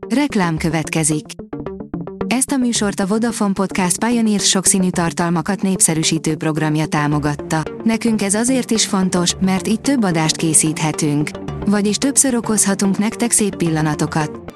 Reklám következik. Ezt a műsort a Vodafone Podcast Pioneer sokszínű tartalmakat népszerűsítő programja támogatta. Nekünk ez azért is fontos, mert így több adást készíthetünk. Vagyis többször okozhatunk nektek szép pillanatokat.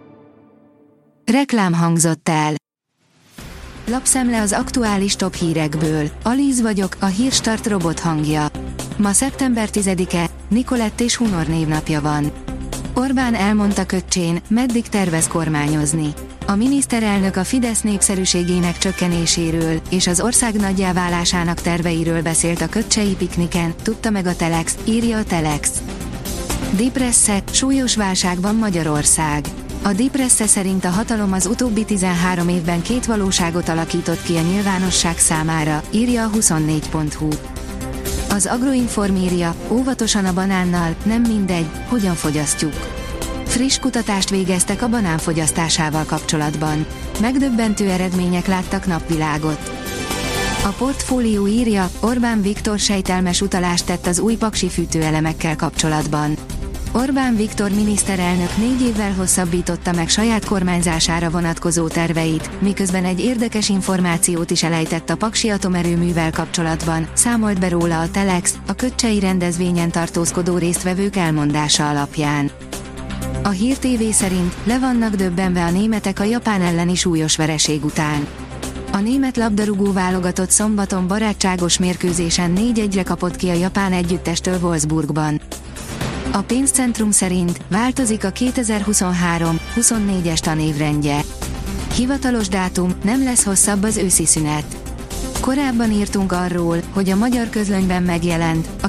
Reklám hangzott el. Lapszemle az aktuális top hírekből. Alíz vagyok, a Hírstart robot hangja. Ma szeptember 10-e, Nikolett és Hunor névnapja van. Orbán elmondta Köccsén, meddig tervez kormányozni. A miniszterelnök a Fidesz népszerűségének csökkenéséről és az ország nagyjá válásának terveiről beszélt a köccsei pikniken, tudta meg a Telex, írja a Telex. Depressze, súlyos válságban Magyarország. A Depressze szerint a hatalom az utóbbi 13 évben két valóságot alakított ki a nyilvánosság számára, írja a 24.hu. Az Agroinform írja, óvatosan a banánnal, nem mindegy, hogyan fogyasztjuk. Friss kutatást végeztek a banán fogyasztásával kapcsolatban. Megdöbbentő eredmények láttak napvilágot. A Portfólió írja, Orbán Viktor sejtelmes utalást tett az új paksi fűtőelemekkel kapcsolatban. Orbán Viktor miniszterelnök 4 évvel hosszabbította meg saját kormányzására vonatkozó terveit, miközben egy érdekes információt is elejtett a paksi atomerőművel kapcsolatban, számolt be róla a Telex, a köccsei rendezvényen tartózkodó résztvevők elmondása alapján. A Hír TV szerint le vannak döbbenve a németek a Japán elleni súlyos vereség után. A német labdarúgó válogatott szombaton barátságos mérkőzésen 4-1-re kapott ki a japán együttestől Wolfsburgban. A pénzcentrum szerint változik a 2023-24-es tanévrendje. Hivatalos dátum, nem lesz hosszabb az őszi szünet. Korábban írtunk arról, hogy a magyar közlönyben megjelent, a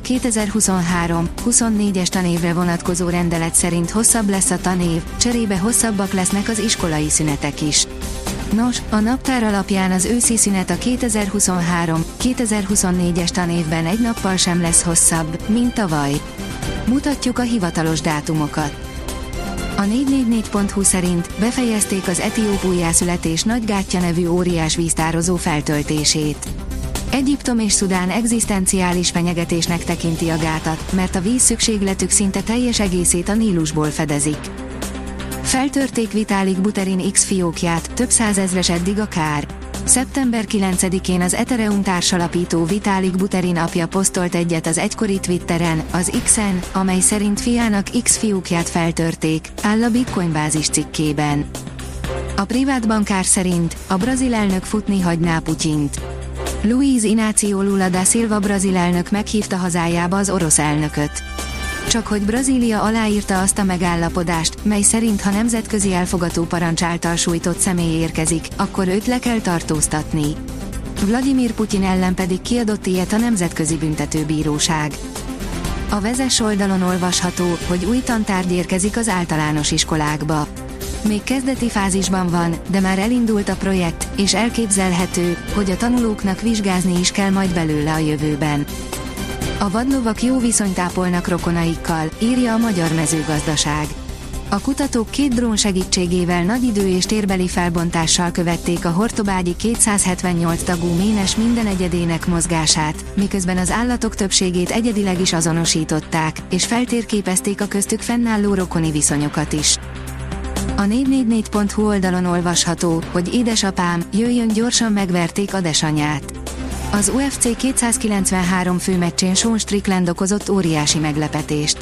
2023-24-es tanévre vonatkozó rendelet szerint hosszabb lesz a tanév, cserébe hosszabbak lesznek az iskolai szünetek is. Nos, a naptár alapján az őszi szünet a 2023-2024-es tanévben egy nappal sem lesz hosszabb, mint tavaly. Mutatjuk a hivatalos dátumokat. A 444.hu szerint befejezték az etióp újjászületés Nagy Gátja nevű óriás víztározó feltöltését. Egyiptom és Szudán egzisztenciális fenyegetésnek tekinti a gátat, mert a vízszükségletük szinte teljes egészét a Nílusból fedezik. Feltörték Vitalik Buterin X fiókját, több százezres eddig a kár. Szeptember 9-én az Ethereum társalapító Vitalik Buterin apja posztolt egyet az egykori Twitteren, az X-en, amely szerint fiának X fiókját feltörték, áll a Bitcoin bázis cikkében. A privát bankár szerint a brazil elnök futni hagyná Putyint. Luiz Inácio Lula da Silva brazil elnök meghívta hazájába az orosz elnököt. Csak hogy Brazília aláírta azt a megállapodást, mely szerint ha nemzetközi elfogató parancs által sújtott személy érkezik, akkor őt le kell tartóztatni. Vladimir Putyin ellen pedig kiadott ilyet a Nemzetközi Büntetőbíróság. A Vezess oldalon olvasható, hogy új tantárgy érkezik az általános iskolákba. Még kezdeti fázisban van, de már elindult a projekt, és elképzelhető, hogy a tanulóknak vizsgázni is kell majd belőle a jövőben. A vadlovak jó viszonyt ápolnak rokonaikkal, írja a Magyar Mezőgazdaság. A kutatók 2 drón segítségével nagy idő- és térbeli felbontással követték a hortobágyi 278 tagú ménes minden egyedének mozgását, miközben az állatok többségét egyedileg is azonosították, és feltérképezték a köztük fennálló rokoni viszonyokat is. A 444.hu oldalon olvasható, hogy édesapám, jöjjön gyorsan, megverték Adesanyát. Az UFC 293 főmeccsén Sean Strickland okozott óriási meglepetést.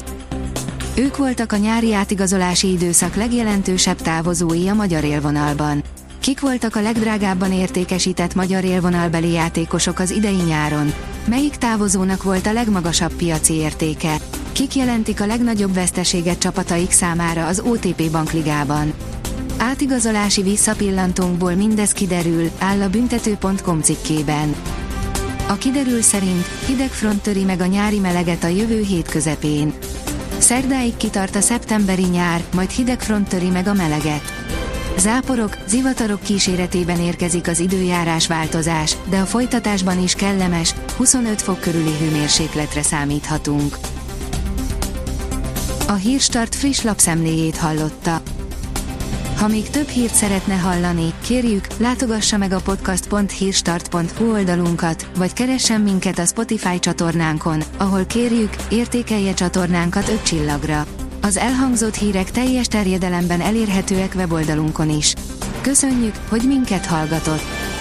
Ők voltak a nyári átigazolási időszak legjelentősebb távozói a magyar élvonalban. Kik voltak a legdrágábban értékesített magyar élvonalbeli játékosok az idei nyáron? Melyik távozónak volt a legmagasabb piaci értéke? Kik jelentik a legnagyobb veszteséget csapataik számára az OTP bankligában? Átigazolási visszapillantónkból mindez kiderül, áll a büntető.com cikkében. A kiderül szerint hideg front töri meg a nyári meleget a jövő hét közepén. Szerdáig kitart a szeptemberi nyár, majd hideg front töri meg a meleget. Záporok, zivatarok kíséretében érkezik az időjárás változás, de a folytatásban is kellemes, 25 fok körüli hőmérsékletre számíthatunk. A Hírstart friss lapszemléjét hallotta. Ha még több hírt szeretne hallani, kérjük, látogassa meg a podcast.hírstart.hu oldalunkat, vagy keressen minket a Spotify csatornánkon, ahol kérjük, értékelje csatornánkat 5 csillagra. Az elhangzott hírek teljes terjedelemben elérhetőek weboldalunkon is. Köszönjük, hogy minket hallgatott!